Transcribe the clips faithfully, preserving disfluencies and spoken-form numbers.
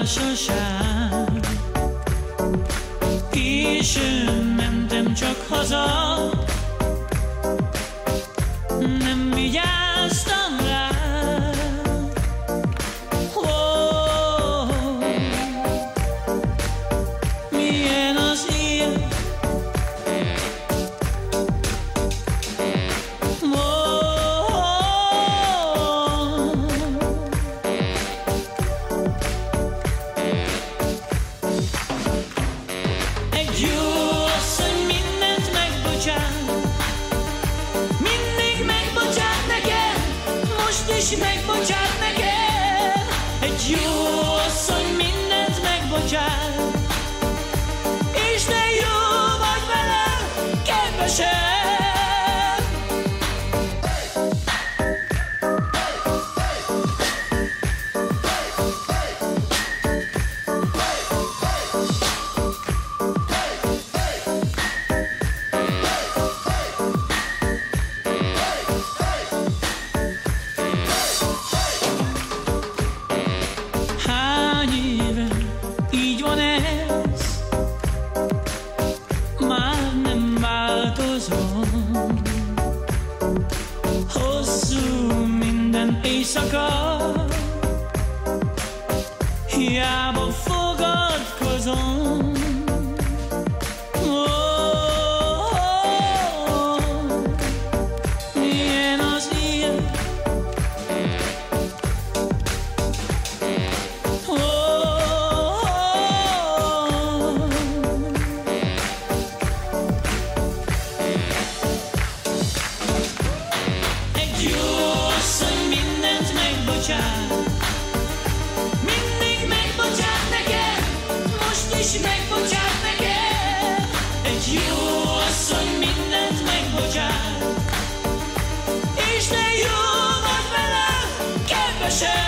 sosem. Későn mentem csak haza, nem vigyáztam rá. Oh, milyen az élet. És megbocsát nekem, egy jó asszony mindent megbocsát, és te jó vagy velem, kedvesem. Hiába fogadkozom. Oh, oh, milyen az élet. Oh, oh, egy jó asszony mindent megbocsát, és megbocsát nekem, egy jó asszony mindent megbocsát, és te jó vagy velem, kedvesem.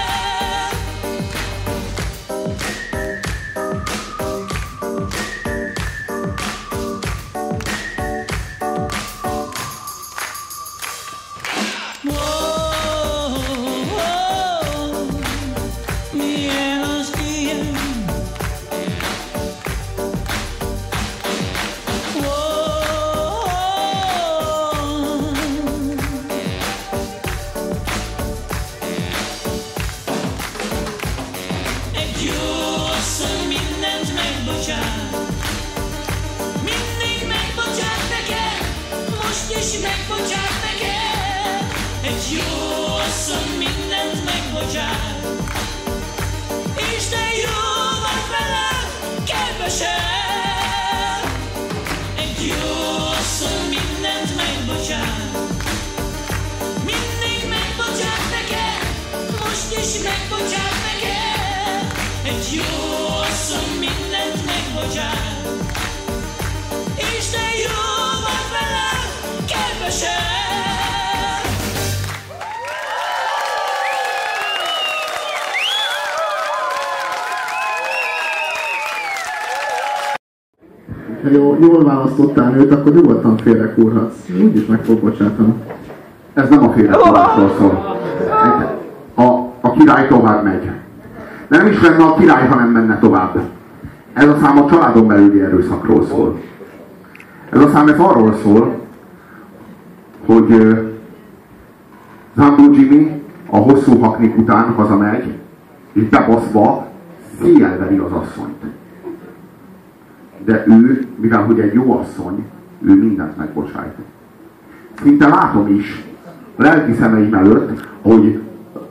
Mindig megbocsát nekem, most is megbocsát nekem, egy jó asszony mindent megbocsát, és te jó vagy velem, kedvesem. Egy jó asszony mindent megbocsát, mindig megbocsát nekem, most is megbocsát nekem, egy jó asszony mindent megbocsát, és te jó vagy velem, kedvesem. Ha jó, jól választottál őt, akkor nyugodtan félrekúrhatsz. Úgyis meg fog bocsátani. Ez nem a félrekúrásról szól. A, a király tovább megy. De nem is lenne a király, ha nem menne tovább. Ez a szám a családon belüli erőszakról szól. Ez a szám ez arról szól, hogy uh, Zambó Jimmy a hosszú haknik után hazamegy, és bebaszva széjjelveri az asszonyt. De ő, mivel hogy egy jó asszony, ő mindent megbocsájt. Szinte látom is a lelki szemeim előtt, hogy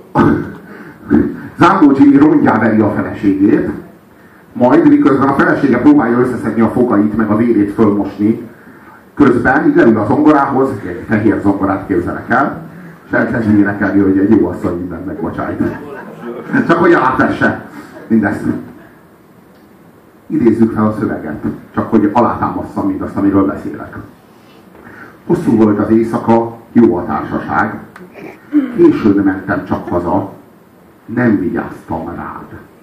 Zambó Jimmy rongyá veri a feleségét, majd miközben a felesége próbálja összeszedni a fogait, meg a vérét fölmosni, közben így leül a zongorához, egy fehér zongorát képzelek el, és elkezdi énekelni, hogy egy jó asszony mindent megbocsájt. Csak hogy aláfesse mindezt. Idézzük fel a szöveget, csak hogy alátámasszam mindazt, amiről beszélek. Hosszú volt az éjszaka, jó a társaság, későn mentem csak haza, nem vigyáztam rád.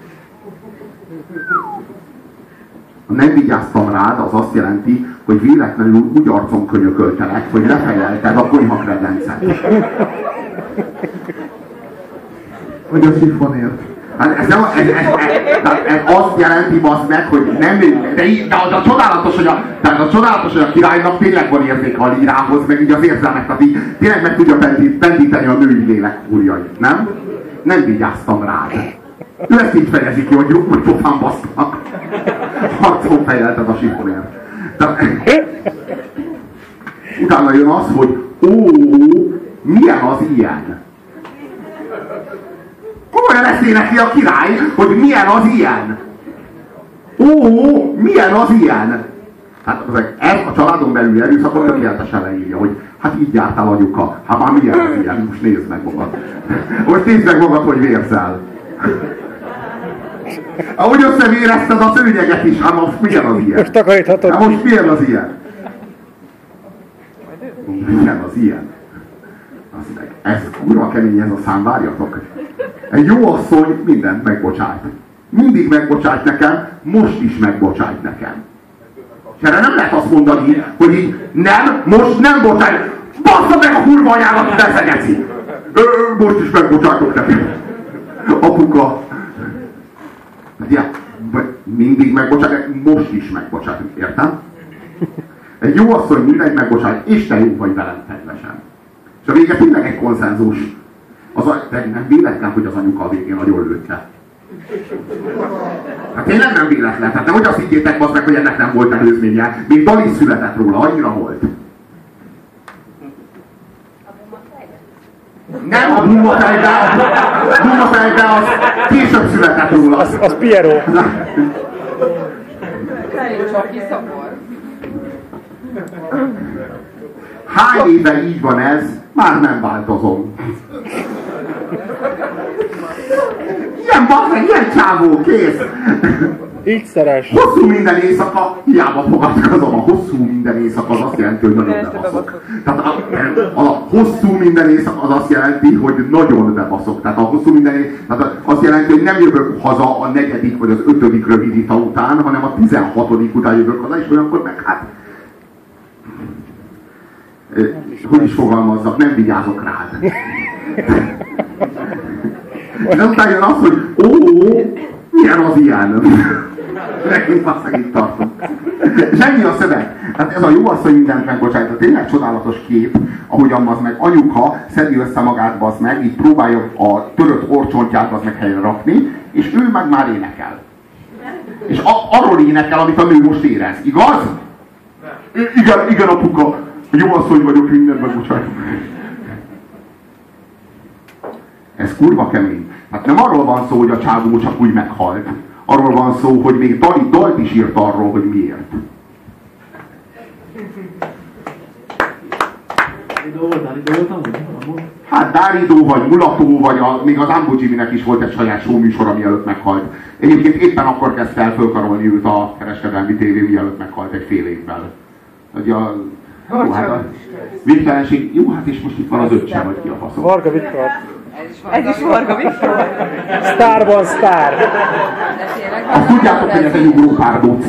A nem vigyáztam rád az azt jelenti, hogy véletlenül úgy arcon könyököltelek, hogy lefejlelted a konyhakredencet. Vagy a szifonért. Hát ez, nem, ez, ez, ez, ez azt jelenti, basz meg, hogy nem, de, de az a csodálatos, hogy a, tehát a csodálatos, hogy a királynak tényleg van érzéke a lírához, meg így az érzelmek, tehát így tényleg meg tudja pendíteni a női lélek úrjait, nem? Nem vigyáztam rád. Ő ezt így fejezi ki, hogy jó, hogy pofán basztak. Harcon fejlelted a sifonért. Utána jön az, hogy ó, milyen az ilyen? Komolyan ezt énekli a király, hogy milyen az ilyen? Ó, milyen az ilyen? Hát ez a családon belül erőszakot tökéletesen leírja, hogy hát így jártál anyuka. Hát már milyen az ilyen? Most nézd meg magad. Most nézd meg magad, hogy vérzel. Ahogy összevérezted a szőnyeget is, hát most milyen az ilyen? Most takaríthatod. Hát most milyen az ilyen? Milyen az ilyen? Ez kurva kemény ez a szám, várjatok. Egy jó asszony mindent megbocsájt. Mindig megbocsájt nekem, most is megbocsájt nekem. És erre nem lehet azt mondani, hogy így nem, most nem bocsájt. Bassza meg a kurva anyámat, hogy beszegeci! Most is megbocsájtok nekem. Apuka. Ja, mindig megbocsájt, most is megbocsájt, értem? Egy jó asszony mindegy megbocsájt, és te jó vagy velem kedvesen. És a vége tényleg egy konszenzus. Az a, de nem véletlen, hogy az anyuka a végén nagyon lőtte. Hát tényleg nem véletlen. Hát nehogy azt higgyétek az meg, hogy ennek nem volt előzménye. Még dal is született róla, annyira volt. Nem a Bumafejbe, a Bumafejbe az később született róla. Az, az Piero. Csak ki szakor. Hány éve így van ez, már nem változom. Ilyen bakker, ilyen csávó, kész. X-szeres. Hosszú minden éjszaka, hiába fogadkozom, a hosszú minden éjszaka az azt jelenti, hogy nagyon bebaszok. Tehát a, a, a hosszú minden éjszaka az azt jelenti, hogy nagyon bebaszok. Tehát a hosszú minden éjszaka azt jelenti, hogy nem jövök haza a negyedik vagy az ötödik rövidita után, hanem a tizenhatodik után jövök haza, és olyankor meg hát hogy is fogalmazzak, nem vigyázok rád. És aztán jön az, hogy ó, milyen az ilyen? Megint basszak itt tartunk. És ennyi a szöveg. Hát ez a jó az, hogy mindent megbocsájt. A tényleg csodálatos kép, ahogyan az meg anyuka szedi össze magát, bazd meg, így próbálja a törött orcsontját az meg helyre rakni, és ő meg már énekel. És a, arról énekel, amit a nő most érez. Igaz? I- igen, igen, apuka. Jó asszony vagyok, mindent megbocsájtok. Ez kurva kemény. Hát nem arról van szó, hogy a csávó csak úgy meghalt. Arról van szó, hogy még Dali dalt is írt arról, hogy miért. Hát Dáridó, vagy Mulató, vagy a, még az Ambo Jimmy-nek is volt egy saját show műsora, mielőtt meghalt. Egyébként éppen akkor kezdte el fölkarolni őt a kereskedelmi tévé, mielőtt meghalt egy fél évvel. Hogy a, jó, hát a végtelenség, jó, hát és most itt van az öccse, vagy ki a faszom. Varga Viktor. Ez is Varga Viktor. Sztárban sztár. Azt tudjátok, hogy ez egy ugrópárdóc.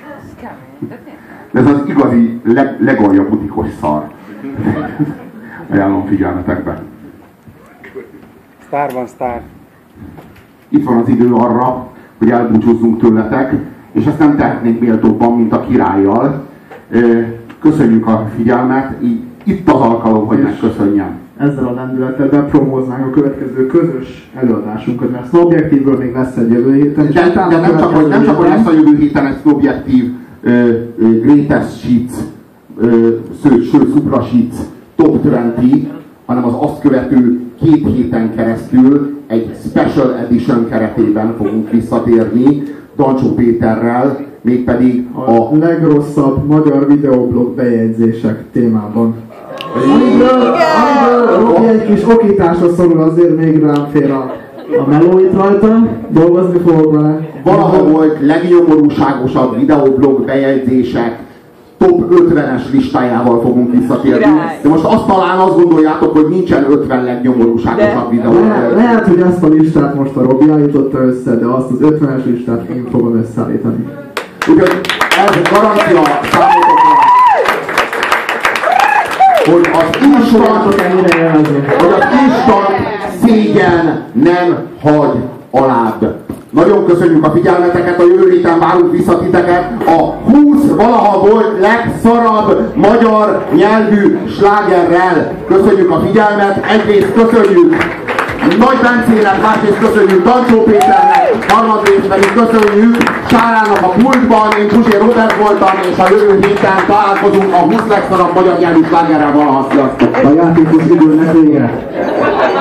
Ez az igazi, leg, legalja butikos szar. Ajánlom figyelmetekbe. Sztárban sztár. Itt van az idő arra, hogy elbúcsúzzunk tőletek, és ezt nem tehetnénk méltóbban, mint a királlyal. Köszönjük a figyelmet, így itt az alkalom, hogy megköszönjem. Ezzel a lendülettel bepromóznánk a következő közös előadásunkat, mert Snobjektívből még lesz egy jövő héten. De, de, de nem, csak, hogy, nem csak, hogy lesz a jövő héten egy Snobjektív uh, uh, Greatest Sheets, uh, sőt, Supra Sheets Top húsz, hanem az azt követő két héten keresztül egy Special Edition keretében fogunk visszatérni Dancsó Péterrel, mégpedig a, a legrosszabb magyar videoblog bejegyzések témában. Amiből, amiből Robi egy kis okításra szorul, azért még rám fér a, a meló itt rajta, dolgozni fogok vele. Valaha volt legnyomorúságosabb videoblog bejegyzések top ötvenes listájával fogunk visszatérni. De most azt talán azt gondoljátok, hogy nincsen ötven legnyomorúságosabb videoblog. Le, lehet, hogy ezt a listát most a Robi állította össze, de azt az ötvenes listát én fogom összeállítani. Úgyhogy ez garancia számotokra, hogy az instant, hogy az instant szégyen nem hagy alább. Nagyon köszönjük a figyelmeteket, a jövő héten várunk vissza titeket a húsz valaha volt legszarabb magyar nyelvű slágerrel. Köszönjük a figyelmet, egyrészt köszönjük Nagy Bencének, másrészt köszönjük Dancsó Péternek, harmadrészt pedig köszönjük Sárának a pultban, én Puzsér Robert voltam, és a jövő héten találkozunk a húsz legszarabb magyar nyelvű slágerrel valaha. Sziasztok! A játékos időnek vége.